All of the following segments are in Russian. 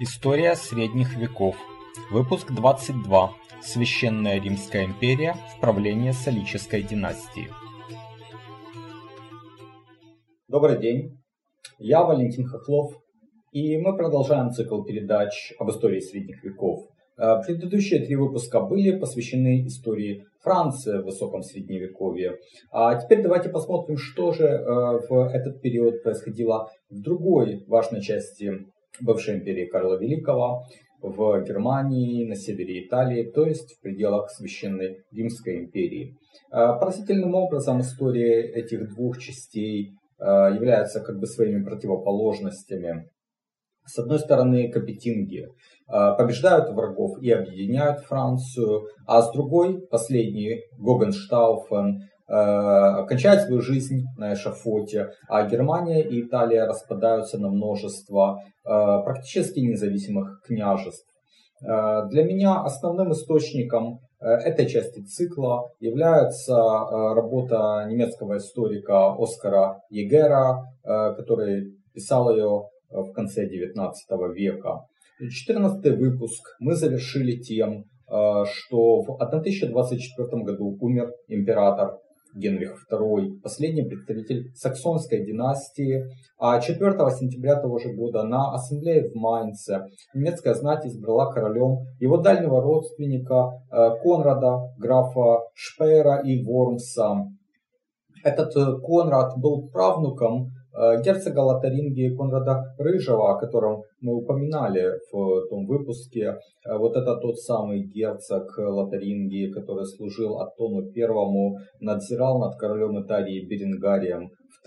История средних веков. Выпуск 22. Священная Римская империя в правлении Солической династии. Добрый день, я Валентин Хохлов, и мы продолжаем цикл передач об истории средних веков. Предыдущие 3 выпуска были посвящены истории Франции в высоком средневековье. А теперь давайте посмотрим, что же в этот период происходило в другой важной части бывшей империи Карла Великого, в Германии, на севере Италии, то есть в пределах Священной Римской империи. Поразительным образом история этих двух частей являются как бы своими противоположностями. С одной стороны, капетинги побеждают врагов и объединяют Францию, а с другой, последний, Гогенштауфен, кончает свою жизнь на эшафоте, а Германия и Италия распадаются на множество практически независимых княжеств. Для меня основным источником этой части цикла является работа немецкого историка Оскара Егера, который писал ее в конце XIX века. 14-й выпуск мы завершили тем, что в 1024 году умер император Генрих II, последний представитель саксонской династии, а 4 сентября того же года на ассамблее в Майнце немецкая знать избрала королем его дальнего родственника Конрада, графа Шпеера и Вормса. Этот Конрад был правнуком герцога Лотарингии Конрада Рыжего, о котором мы упоминали в том выпуске. Вот это тот самый герцог Лотарингии, который служил Оттону I, надзирал над королем Италии Беренгарием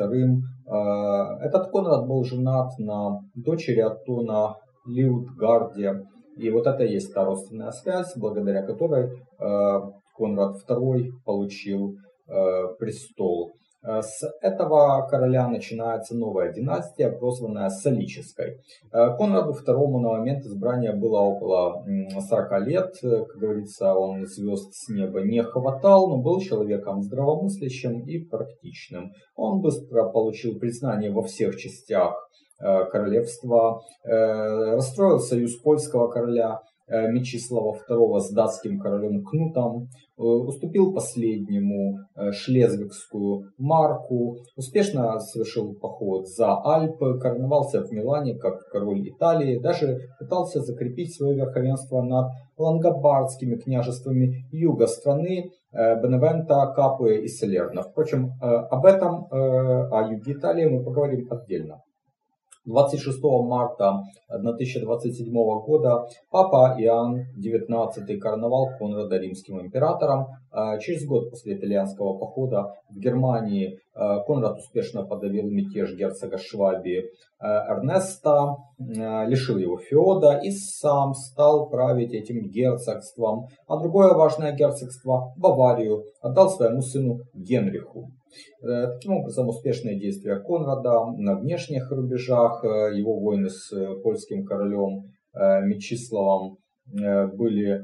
II. Этот Конрад был женат на дочери Оттона Лиутгарде. И вот это и есть та родственная связь, благодаря которой Конрад II получил престол. С этого короля начинается новая династия, прозванная Солической. Конраду II на момент избрания было около 40 лет. Как говорится, он звезд с неба не хватал, но был человеком здравомыслящим и практичным. Он быстро получил признание во всех частях королевства, расстроил союз польского короля Мечислава II с датским королем Кнутом, уступил последнему Шлезвигскую марку, успешно совершил поход за Альпы, короновался в Милане как король Италии, даже пытался закрепить свое верховенство над лангобардскими княжествами юга страны, Беневента, Капуэ и Салерно. Впрочем, об этом, о юге Италии, мы поговорим отдельно. 26 марта 1027 года папа Иоанн XIX короновал Конрада римским императором. Через год после итальянского похода в Германии Конрад успешно подавил мятеж герцога Швабии Эрнеста, лишил его феода и сам стал править этим герцогством. А другое важное герцогство, Баварию, отдал своему сыну Генриху. Таким образом, успешные действия Конрада на внешних рубежах, его войны с польским королем Мечиславом были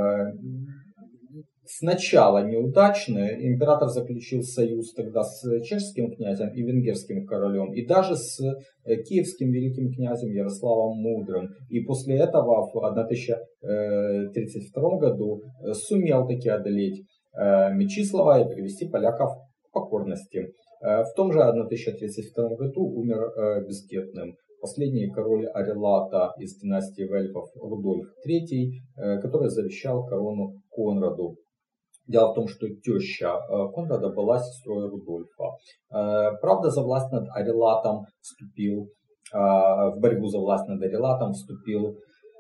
сначала неудачны. Император заключил союз тогда с чешским князем и венгерским королем, и даже с киевским великим князем Ярославом Мудрым. И после этого в 1032 году сумел таки одолеть Мечислава и привести поляков покорности. В том же 1032 году умер бездетным последний король Арелата из династии Вельфов Рудольф III, который завещал корону Конраду. Дело в том, что теща Конрада была сестрой Рудольфа. Правда, за власть над Арелатом вступил, в борьбу за власть над Арелатом вступил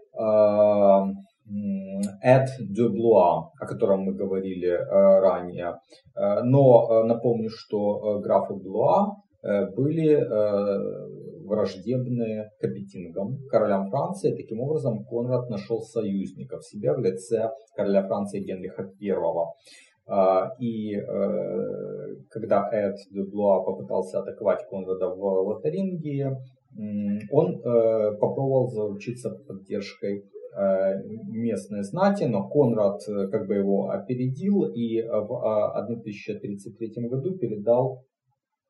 Эд де Блуа, о котором мы говорили ранее. Но напомню, что графы Блуа были враждебны капетингам, королям Франции. Таким образом, Конрад нашел союзника в себе в лице короля Франции Генриха I. И когда Эд де Блуа попытался атаковать Конрада в Лотарингии, он попробовал заручиться поддержкой местной знати, но Конрад как бы его опередил и в 1033 году передал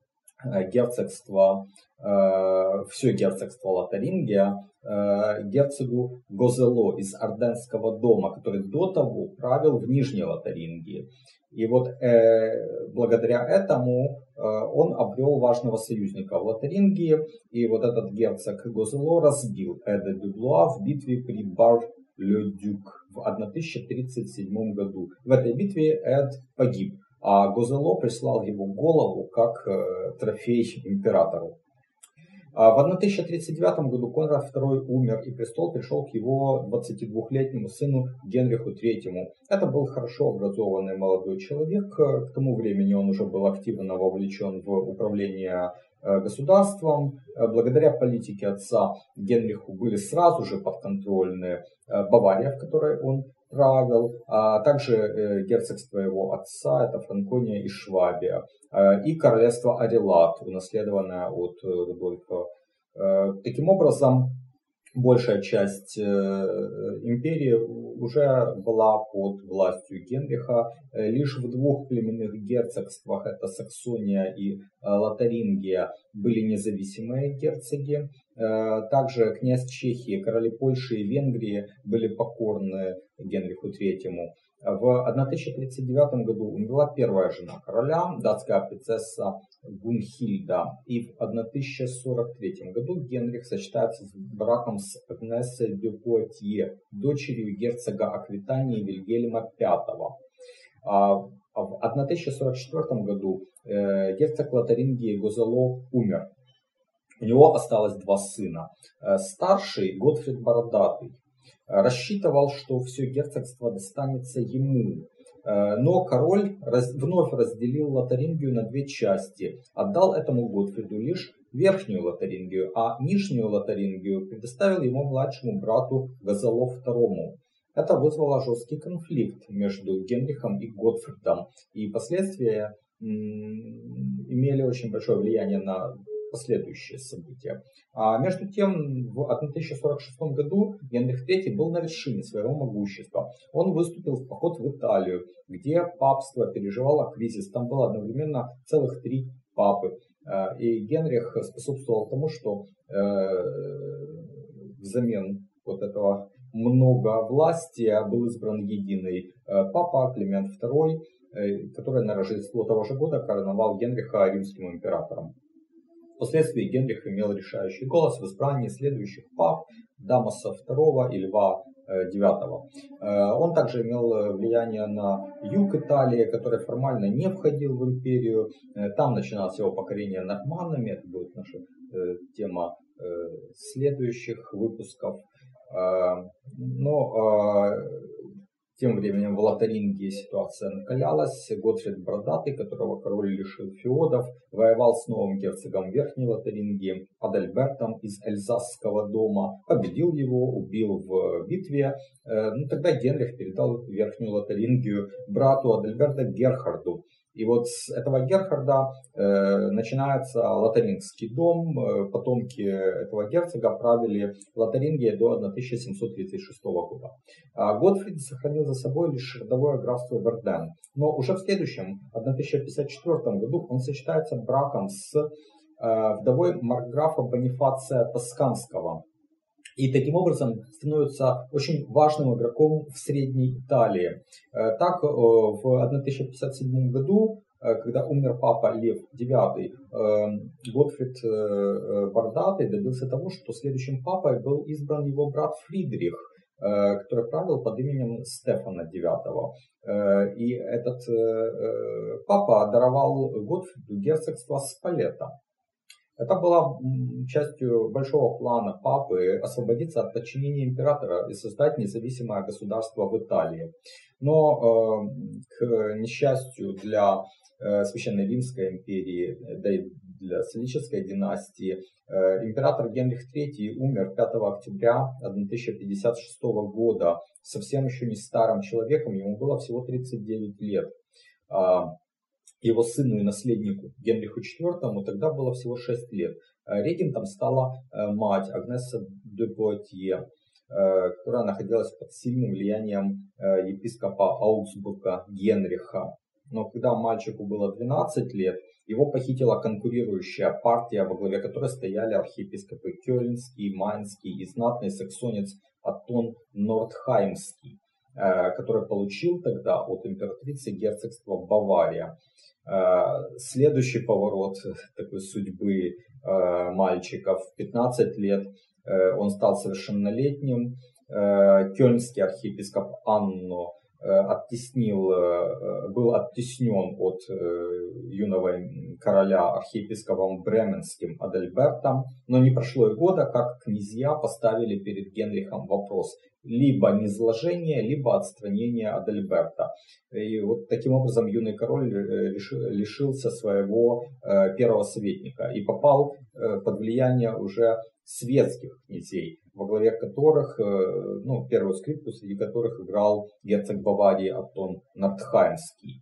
герцогство, все герцогство Лотарингия герцогу Гозело из Орденского дома, который до того правил в Нижней Лотарингии. И вот благодаря этому он обрел важного союзника в Лотарингии, и вот этот герцог Гозело разбил Эда Дюблуа в битве при Бар-ле-Дюк в 1037 году. В этой битве Эд погиб, а Гозело прислал его голову как трофей императору. В 1039 году Конрад II умер, и престол перешел к его 22-летнему сыну Генриху III. Это был хорошо образованный молодой человек. К тому времени он уже был активно вовлечен в управление государством. Благодаря политике отца Генриху были сразу же подконтрольны Бавария, в которой он правил, а также герцогство его отца, это Франкония и Швабия, и королевство Арелат, унаследованное от Рудольфа. Таким образом, большая часть империи уже была под властью Генриха. Лишь в двух племенных герцогствах, это Саксония и Лотарингия, были независимые герцоги. Также князь Чехии, короли Польши и Венгрии были покорны Генриху III. В 1039 году умерла первая жена короля, датская принцесса Гунхильда. И в 1043 году Генрих сочетается с браком с Агнесой де Пуатье, дочерью герцога Аквитании Вильгельма V. В 1044 году герцог Лотарингии Гозело умер. У него осталось два сына. Старший, Готфрид Бородатый, рассчитывал, что все герцогство достанется ему. Но король вновь разделил Лотарингию на две части. Отдал этому Готфриду лишь верхнюю Лотарингию, а нижнюю Лотарингию предоставил ему младшему брату Гозело II. Это вызвало жесткий конфликт между Генрихом и Готфридом. И последствия имели очень большое влияние на последующие события. А между тем, в 1046 году Генрих III был на вершине своего могущества. Он выступил в поход в Италию, где папство переживало кризис. Там было одновременно целых 3 папы. И Генрих способствовал тому, что взамен вот этого многовластия был избран единый папа Климент II, который на Рождество того же года короновал Генриха римским императором. Впоследствии Генрих имел решающий голос в избрании следующих пап Дамаса II и Льва IX. Он также имел влияние на юг Италии, который формально не входил в империю. Там начиналось его покорение норманнами. Это будет наша тема следующих выпусков. Но тем временем в Лотарингии ситуация накалялась. Готфрид Бородатый, которого король лишил феодов, воевал с новым герцогом Верхней Лотарингии Адальбертом из Эльзасского дома, победил его, убил в битве. Тогда Генрих передал Верхнюю Лотарингию брату Адальберта Герхарду. И вот с этого Герхарда начинается Лотарингский дом. Потомки этого герцога правили Лотарингией до 1736 года. Готфрид сохранил за собой лишь родовое графство Верден. Но уже в следующем, 1054 году, он сочетается браком с вдовой маркграфа Бонифация Тосканского. И таким образом становится очень важным игроком в Средней Италии. Так, в 1057 году, когда умер папа Лев IX, Готфрид Бородатый добился того, что следующим папой был избран его брат Фридрих, который правил под именем Стефана IX. И этот папа даровал Готфриду герцогство Спалетто. Это было частью большого плана папы освободиться от подчинения императора и создать независимое государство в Италии. Но, к несчастью для Священной Римской империи, да и для Солической династии, император Генрих III умер 5 октября 1056 года, совсем еще не старым человеком, ему было всего 39 лет. Его сыну и наследнику Генриху IV тогда было всего 6 лет. Регентом стала мать Агнеса де Пуатье, которая находилась под сильным влиянием епископа Аугсбурга Генриха. Но когда мальчику было 12 лет, Его похитила конкурирующая партия, во главе которой стояли архиепископы Кёльнский, Майнский и знатный саксонец Аттон Нордхаймский, который получил тогда от императрицы герцогство Бавария. Следующий поворот такой судьбы мальчика: в 15 лет он стал совершеннолетним. Кёльнский архиепископ Анно был оттеснен от юного короля архиепископом бременским Адальбертом, но не прошло и года, как князья поставили перед Генрихом вопрос: либо низложение, либо отстранение Адальберта. И вот таким образом юный король лишился своего первого советника и попал под влияние уже светских князей, во главе которых, первую скрипку среди которых играл герцог Баварии Аттон Нордхаймский.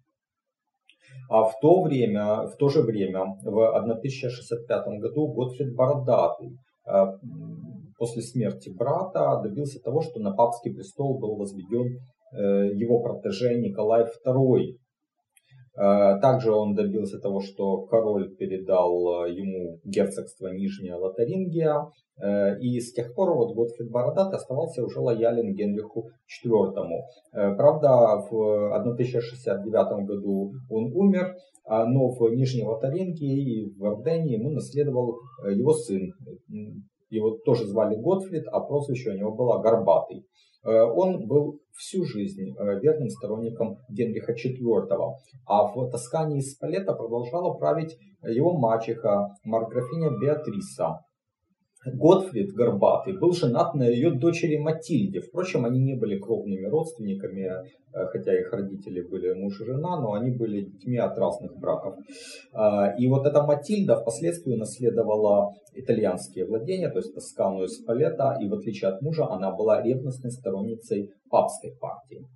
А в то же время, в 1065 году, Готфрид Бородатый после смерти брата добился того, что на папский престол был возведен его протеже Николай II. Также он добился того, что король передал ему герцогство Нижняя Лотарингия, и с тех пор вот Готфрид Бородатый оставался уже лоялен Генриху IV. Правда, в 1069 году он умер, но в Нижней Лотарингии и в Ордении ему наследовал его сын. Его тоже звали Готфрид, а прозвище у него было Горбатый. Он был всю жизнь верным сторонником Генриха IV, а в Тоскане и Спалетто продолжала править его мачеха, марграфиня Беатриса. Готфрид Горбатый был женат на ее дочери Матильде. Впрочем, они не были кровными родственниками, хотя их родители были муж и жена, но они были детьми от разных браков. И вот эта Матильда впоследствии наследовала итальянские владения, то есть Тоскану и Спалетто, и в отличие от мужа она была ревностной сторонницей папской партии.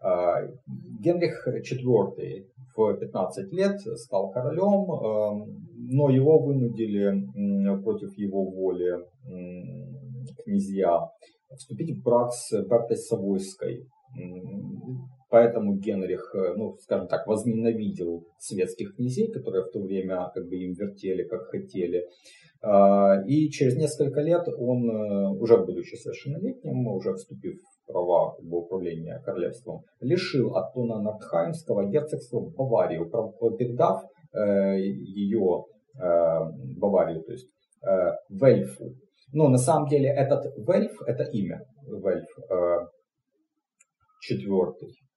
Генрих IV в 15 лет стал королем, но его вынудили против его воли князья вступить в брак с Бертой Савойской. Поэтому Генрих, скажем так, возненавидел светских князей, которые в то время им вертели, как хотели. И через несколько лет он, уже будучи совершеннолетним, уже вступив в права управления королевством, лишил Аттона Нордхаймского герцогства Баварию, передав ее Баварию, то есть Вельфу. Но на самом деле этот Вельф, это имя, Вельф IV,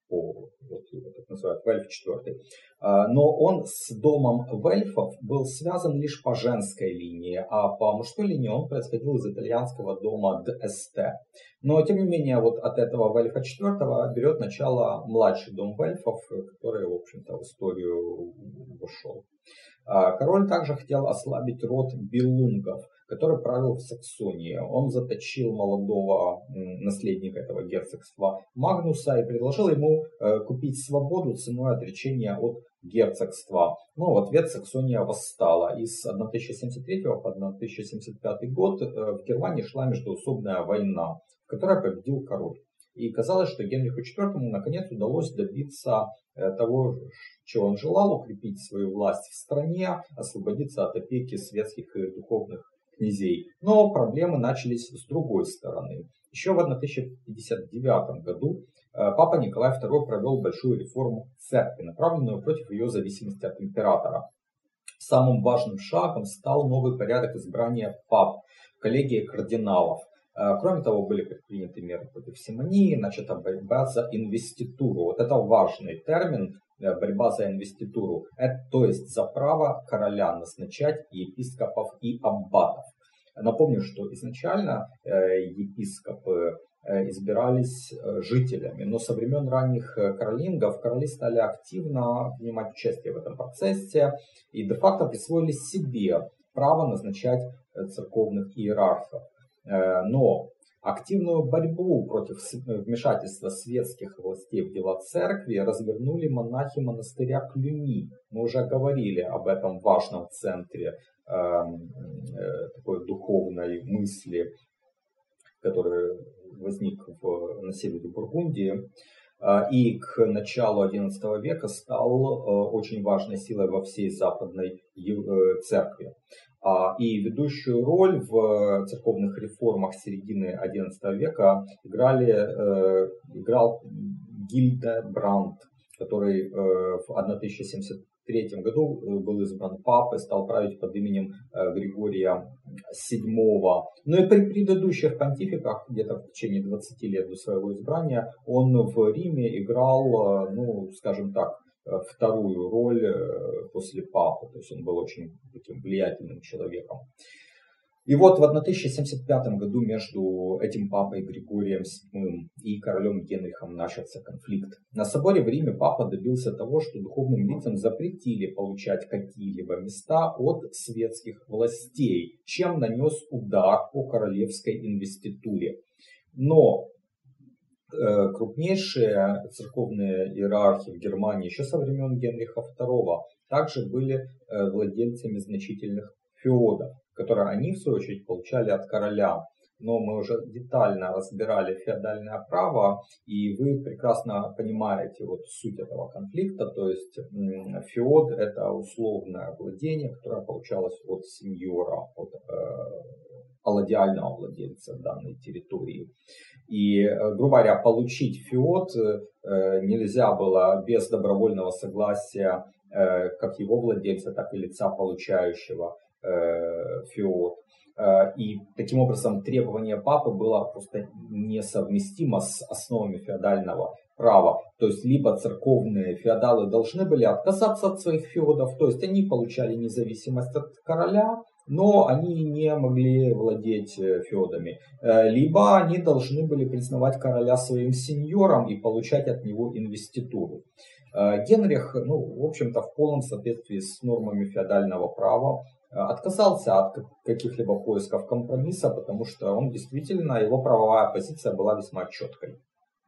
так называют, Вельф IV. Но он с домом Вельфов был связан лишь по женской линии, а по мужской линии он происходил из итальянского дома d'Este. Но тем не менее, вот от этого Вельфа IV берет начало младший дом Вельфов, который, в общем-то, в историю вошел. Король также хотел ослабить род Белунгов, который правил в Саксонии. Он заточил молодого наследника этого герцогства Магнуса и предложил ему купить свободу ценой отречения от герцогства. Но в ответ Саксония восстала. И с 1073 по 1075 год в Германии шла междоусобная война, в которой победил король. И казалось, что Генриху IV наконец удалось добиться того, чего он желал: укрепить свою власть в стране, освободиться от опеки светских и духовных князей. Но проблемы начались с другой стороны. Еще в 1059 году папа Николай II провел большую реформу церкви, направленную против ее зависимости от императора. Самым важным шагом стал новый порядок избрания пап, коллегия кардиналов. Кроме того, были предприняты меры против симонии, начата борьба за инвеституру. Вот это важный термин, борьба за инвеституру, то есть за право короля назначать епископов и аббатов. Напомню, что изначально епископы избирались жителями, но со времен ранних каролингов короли стали активно принимать участие в этом процессе и де-факто присвоили себе право назначать церковных иерархов. Но активную борьбу против вмешательства светских властей в дела церкви развернули монахи монастыря Клюни. Мы уже говорили об этом важном центре такой духовной мысли, который возник на севере Бургундии. и к началу XI века стал очень важной силой во всей Западной Церкви. И ведущую роль в церковных реформах середины XI века играл Гильдебранд, который в 1073 году был избран папой, стал править под именем Григория VII. Но и при предыдущих понтификах, где-то в течение 20 лет до своего избрания, он в Риме играл, ну, скажем так, вторую роль после папы. То есть он был очень таким влиятельным человеком. И вот в 1075 году между этим папой Григорием VII и королем Генрихом начался конфликт. На соборе в Риме папа добился того, что духовным лицам запретили получать какие-либо места от светских властей, чем нанес удар по королевской инвеституре. Но крупнейшие церковные иерархи в Германии еще со времен Генриха II также были владельцами значительных феодов, которые они, в свою очередь, получали от короля. Но мы уже детально разбирали феодальное право, и вы прекрасно понимаете вот суть этого конфликта. То есть феод — это условное владение, которое получалось от сеньора, от аллодиального владельца данной территории. И, грубо говоря, получить феод нельзя было без добровольного согласия как его владельца, так и лица, получающего феод. И таким образом требование папы было просто несовместимо с основами феодального права. То есть либо церковные феодалы должны были отказаться от своих феодов, то есть они получали независимость от короля, но они не могли владеть феодами. Либо они должны были признавать короля своим сеньором и получать от него инвеституру. Генрих, в общем-то, в полном соответствии с нормами феодального права, отказался от каких-либо поисков компромисса, потому что он действительно, его правовая позиция была весьма четкой.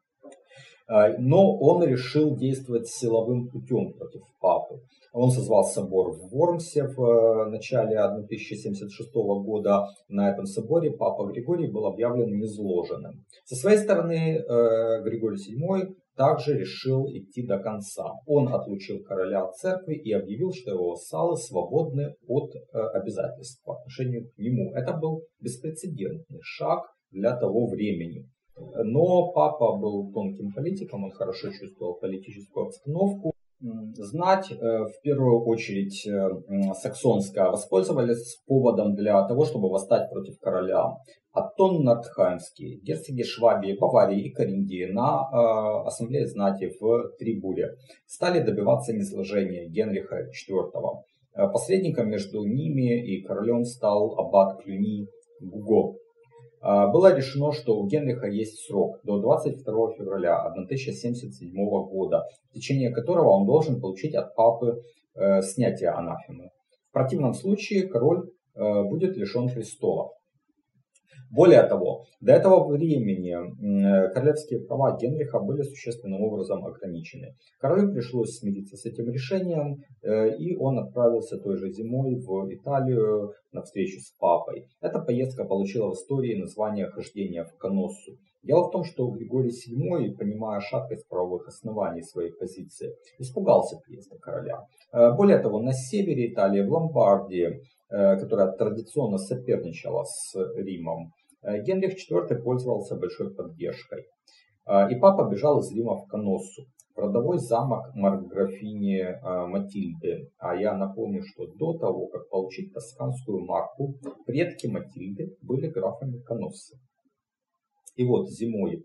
Но он решил действовать силовым путем против папы. Он созвал собор в Вормсе в начале 1076 года. На этом соборе папа Григорий был объявлен низложенным. Со своей стороны Григорий VII также решил идти до конца. Он отлучил короля от церкви и объявил, что его вассалы свободны от обязательств по отношению к нему. Это был беспрецедентный шаг для того времени. Но папа был тонким политиком, он хорошо чувствовал политическую обстановку. Знать, в первую очередь саксонская, воспользовались поводом для того, чтобы восстать против короля. Аттон Нортхаймский, герцоги Швабии, Баварии и Карингии на ассамблее знати в Трибуре стали добиваться низложения Генриха IV. Посредником между ними и королем стал аббат Клюни Гуго. Было решено, что у Генриха есть срок до 22 февраля 1077 года, в течение которого он должен получить от папы снятие анафемы. В противном случае король будет лишен престола. Более того, до этого времени королевские права Генриха были существенным образом ограничены. Королю пришлось смириться с этим решением, и он отправился той же зимой в Италию на встречу с папой. Эта поездка получила в истории название «Хождение в Каноссу». Дело в том, что Григорий VII, понимая шаткость правовых оснований своей позиции, испугался приезда короля. Более того, на севере Италии, в Ломбардии, которая традиционно соперничала с Римом, Генрих IV пользовался большой поддержкой. И папа бежал из Рима в Каноссу, в родовой замок маркграфини Матильды. А я напомню, что до того, как получить тосканскую марку, предки Матильды были графами Каноссы. И вот зимой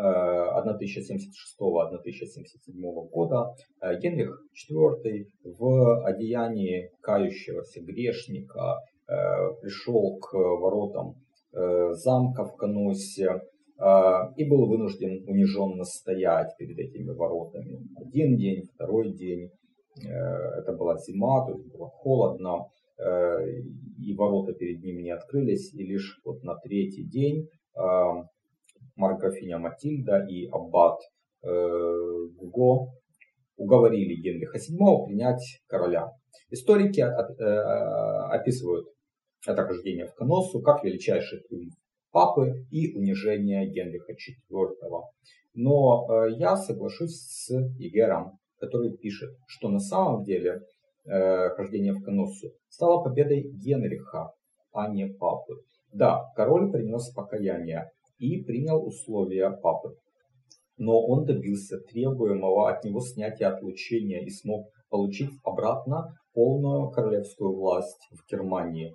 1076-1077 года Генрих IV в одеянии кающегося грешника пришел к воротам замка в Каноссе и был вынужден униженно стоять перед этими воротами. Один день, второй день, это была зима, то есть было холодно, и ворота перед ним не открылись, и лишь вот на третий день маркграфиня Матильда и аббат Гуго уговорили Генриха VII принять короля. Историки описывают это хождение в Каноссу как величайший триумф папы и унижение Генриха IV. Но я соглашусь с Егером, который пишет, что на самом деле хождение в Коноссу стало победой Генриха, а не папы. Да, король принес покаяние и принял условия папы, но он добился требуемого от него снятия отлучения и смог получить обратно полную королевскую власть в Германии.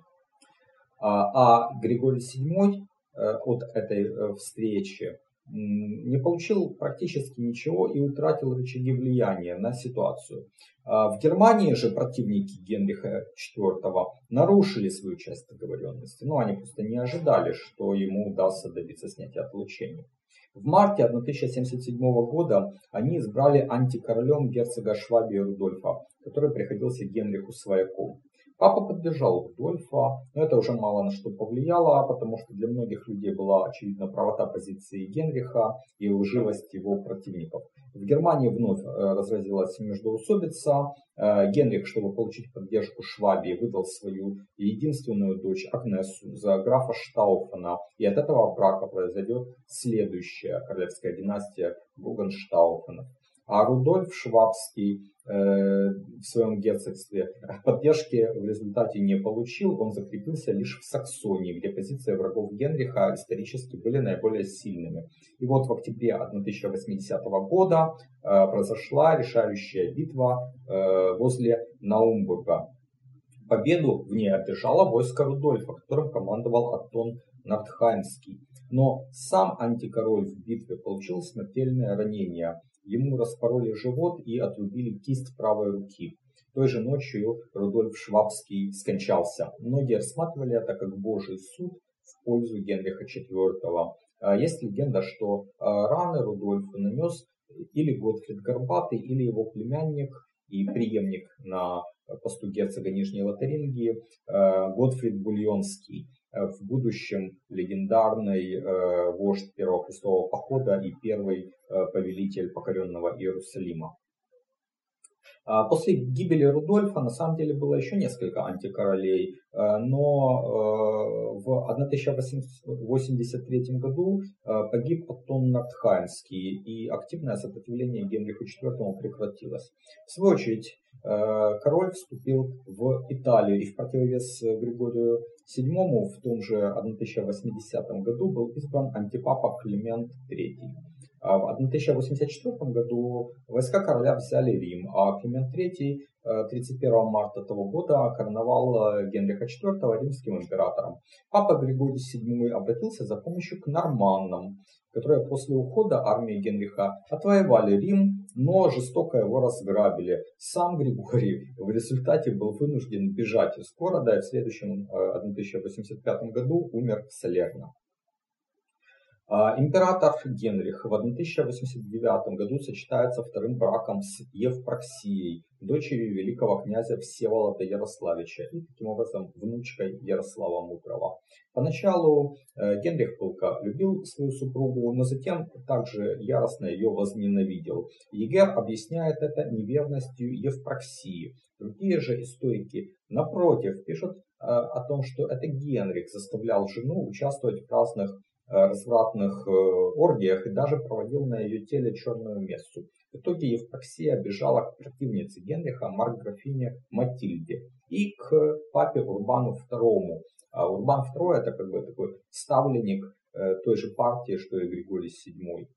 А Григорий VII от этой встречи не получил практически ничего и утратил рычаги влияния на ситуацию. В Германии же противники Генриха IV нарушили свою часть договоренности, но они просто не ожидали, что ему удастся добиться снятия отлучения. В марте 1077 года они избрали антикоролем герцога Швабии Рудольфа, который приходился Генриху свояком. Папа поддержал Рудольфа, но это уже мало на что повлияло, потому что для многих людей была очевидна правота позиции Генриха и лживость его противников. В Германии вновь разразилась междоусобица. Генрих, чтобы получить поддержку Швабии, выдал свою единственную дочь Агнесу за графа Штауфена, и от этого брака произойдет следующая королевская династия Гогенштауфенов. А Рудольф Швабский в своем герцогстве поддержки в результате не получил, он закрепился лишь в Саксонии, где позиции врагов Генриха исторически были наиболее сильными. И вот в октябре 1080 года произошла решающая битва возле Наумбурга. Победу в ней одержало войско Рудольфа, которым командовал Антон Нортхаймский. Но сам антикороль в битве получил смертельное ранение. Ему распороли живот и отрубили кисть правой руки. Той же ночью Рудольф Швабский скончался. Многие рассматривали это как Божий суд в пользу Генриха IV. Есть легенда, что раны Рудольфу нанес или Готфрид Горбатый, или его племянник и преемник на посту герцога Нижней Лотарингии Готфрид Бульонский, в будущем легендарный вождь Первого крестового похода и первый повелитель покоренного Иерусалима. После гибели Рудольфа на самом деле было еще несколько антикоролей, но в 1083 году погиб Антон Нортхаймский, и активное сопротивление Генриху IV прекратилось. В свою очередь, король вступил в Италию, и в противовес Григорию VII в том же 1080 году был избран антипапа Климент III. В 1084 году войска короля взяли Рим, а Климент III 31 марта того года короновал Генриха IV римским императором. Папа Григорий VII обратился за помощью к норманнам, которые после ухода армии Генриха отвоевали Рим, но жестоко его разграбили. Сам Григорий в результате был вынужден бежать из города и в следующем 1085 году умер в Салерно. Император Генрих в 1089 году сочетается вторым браком с Евпроксией, дочерью великого князя Всеволода Ярославича и таким образом внучкой Ярослава Мудрого. Поначалу Генрих пылко любил свою супругу, но затем также яростно ее возненавидел. Егер объясняет это неверностью Евпроксии. Другие же историки, напротив, пишут о том, что это Генрих заставлял жену участвовать в разных развратных оргиях и даже проводил на ее теле черную мессу. В итоге Евпроксия бежала к противнице Генриха, маркграфине Матильде, и к папе Урбану II. Урбан II это как бы такой ставленник той же партии, что и Григорий VII.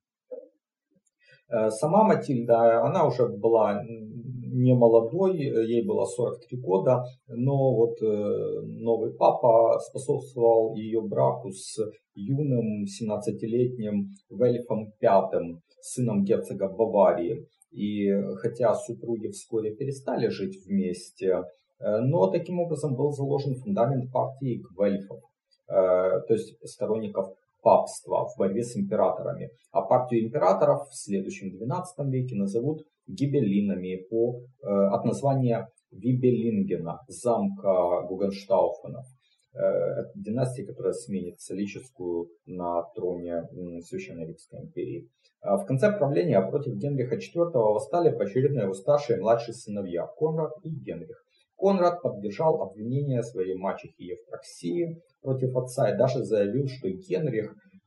Сама Матильда, она уже была не молодой, ей было 43 года, но вот новый папа способствовал ее браку с юным 17-летним Вельфом V, сыном герцога Баварии. И хотя супруги вскоре перестали жить вместе, но таким образом был заложен фундамент партии Гвельфов, то есть сторонников папства в борьбе с императорами. А партию императоров в следующем XII веке назовут гибеллинами от названия Вибелингена, замка Гогенштауфенов. Это династия, которая сменит солическую на троне Священной Римской империи. В конце правления против Генриха IV восстали поочередно его старшие и младшие сыновья Конрад и Генрих. Конрад поддержал обвинения своей мачехи Евпроксии против отца и даже заявил, что Генрих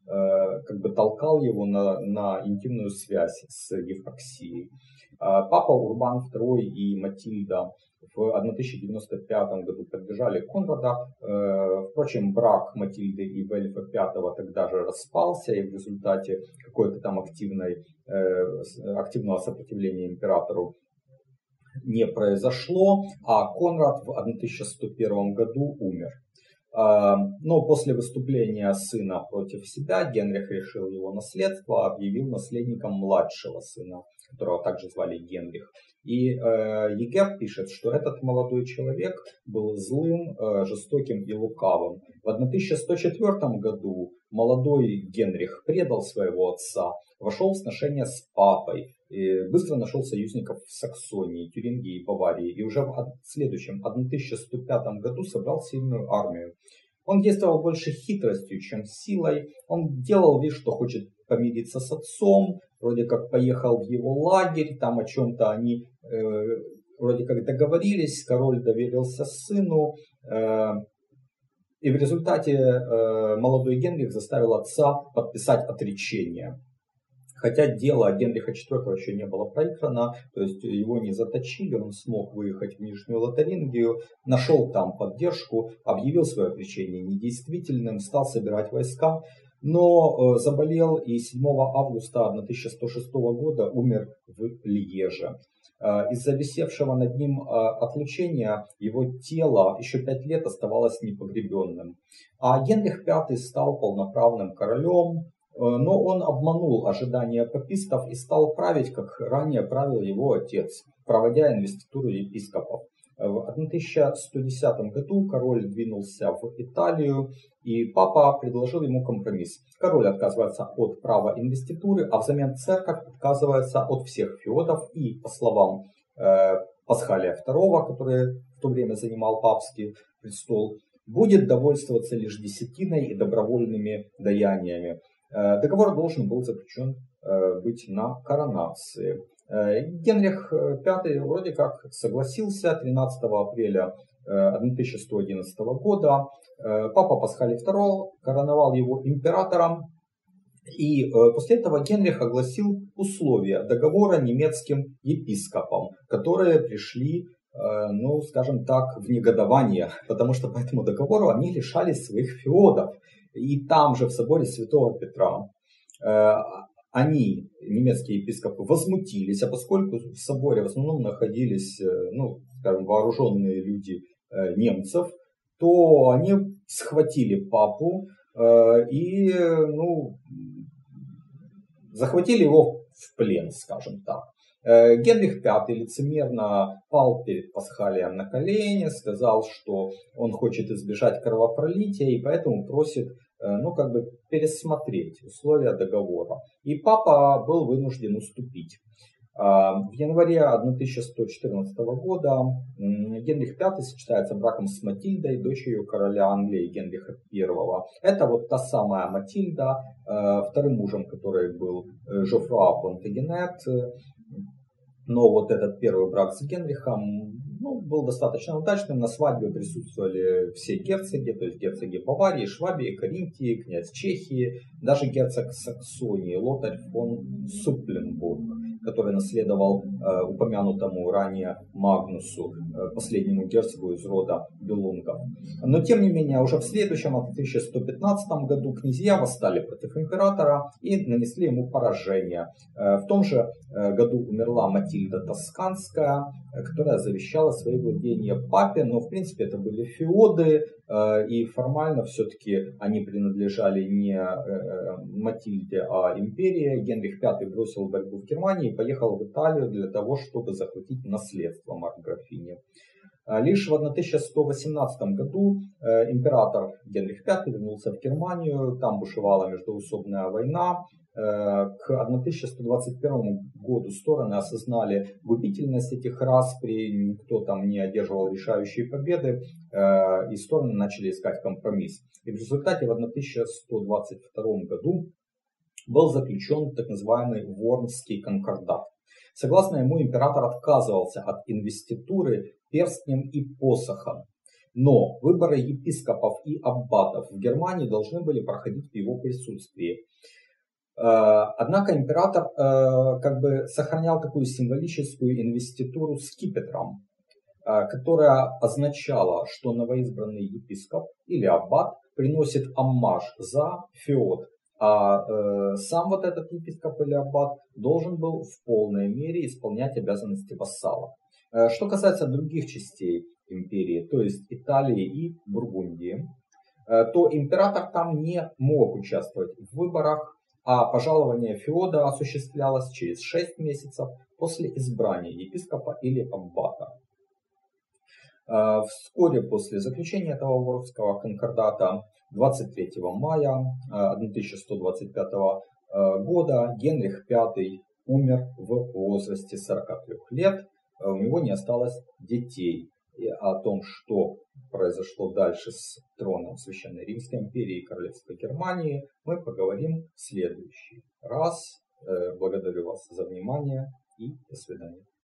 как бы толкал его на интимную связь с Евпроксией. Папа Урбан II и Матильда в 1095 году поддержали Конрада. Впрочем, брак Матильды и Вельфа V тогда же распался, и в результате какое-то там активного сопротивления императору не произошло, а Конрад в 1101 году умер. Но после выступления сына против себя Генрих решил его наследство, объявил наследником младшего сына, которого также звали Генрих. И Егер пишет, что этот молодой человек был злым, жестоким и лукавым. В 1104 году молодой Генрих предал своего отца, вошел в сношение с папой, и быстро нашел союзников в Саксонии, Тюрингии и Баварии. И уже в следующем, 1105 году собрал сильную армию. Он действовал больше хитростью, чем силой. Он делал вид, что хочет помириться с отцом, вроде как поехал в его лагерь, там о чем-то они вроде как договорились, король доверился сыну. И в результате молодой Генрих заставил отца подписать отречение. Хотя дело Генриха IV еще не было проиграно, то есть его не заточили, он смог выехать в Нижнюю Лотарингию, нашел там поддержку, объявил свое отречение недействительным, стал собирать войска, но заболел и 7 августа 1106 года умер в Льеже. Из-за висевшего над ним отлучения его тело еще 5 лет оставалось непогребенным. А Генрих V стал полноправным королем, но он обманул ожидания папистов и стал править, как ранее правил его отец, проводя инвеституру епископов. В 1110 году король двинулся в Италию, и папа предложил ему компромисс. Король отказывается от права инвеституры, а взамен церковь отказывается от всех феодов и, по словам Пасхалия II, который в то время занимал папский престол, будет довольствоваться лишь десятиной и добровольными деяниями. Договор должен был заключен быть на коронации. Генрих V вроде как согласился. 13 апреля 1111 года папа Пасхалий II короновал его императором. И после этого Генрих огласил условия договора немецким епископам, которые пришли, ну, скажем так, в негодование, потому что по этому договору они лишались своих феодов. И там же, в соборе Святого Петра, они, немецкие епископы, возмутились, а поскольку в соборе в основном находились, ну, скажем, вооруженные люди немцев, то они схватили папу и, ну, захватили его в плен, скажем так. Генрих V лицемерно пал перед Пасхалием на колени, сказал, что он хочет избежать кровопролития и поэтому просит, ну, как бы пересмотреть условия договора. И папа был вынужден уступить. В январе 1114 года Генрих V сочетается браком с Матильдой, дочерью короля Англии Генриха I. Это вот та самая Матильда, вторым мужем которой был Жофруа Плантагенет. Но вот этот первый брак с Генрихом, ну, был достаточно удачным. На свадьбе присутствовали все герцоги, то есть герцоги Баварии, Швабии, Каринтии, князь Чехии, даже герцог Саксонии Лотарь фон Суппленбург, который наследовал упомянутому ранее Магнусу, последнему герцогу из рода Белунгов. Но тем не менее, уже в следующем, 1115 году, князья восстали против императора и нанесли ему поражение. В том же году умерла Матильда Тосканская, которая завещала свои владения папе, но в принципе это были феоды, и формально все-таки они принадлежали не Матильде, а империи. Генрих V бросил борьбу в Германии и поехал в Италию для того, чтобы захватить наследство маркграфини. Лишь в 1118 году император Генрих V вернулся в Германию, там бушевала междоусобная война. К 1121 году стороны осознали губительность этих расприй, никто там не одерживал решающие победы, и стороны начали искать компромисс. И в результате в 1122 году был заключен так называемый Вормский конкордат. Согласно ему, император отказывался от инвеституры перстнем и посохом. Но выборы епископов и аббатов в Германии должны были проходить в его присутствии. Однако император как бы сохранял такую символическую инвеституру скипетром, которая означала, что новоизбранный епископ или аббат приносит оммаж за феод, а сам вот этот епископ или аббат должен был в полной мере исполнять обязанности вассала. Что касается других частей империи, то есть Италии и Бургундии, то император там не мог участвовать в выборах, а пожалование феода осуществлялось через 6 месяцев после избрания епископа или аббата. Вскоре после заключения этого Ворского конкордата 23 мая 1125 года Генрих V умер в возрасте 43 лет. У него не осталось детей. И о том, что произошло дальше с троном Священной Римской империи и Королевства Германии, мы поговорим в следующий раз. Благодарю вас за внимание и до свидания.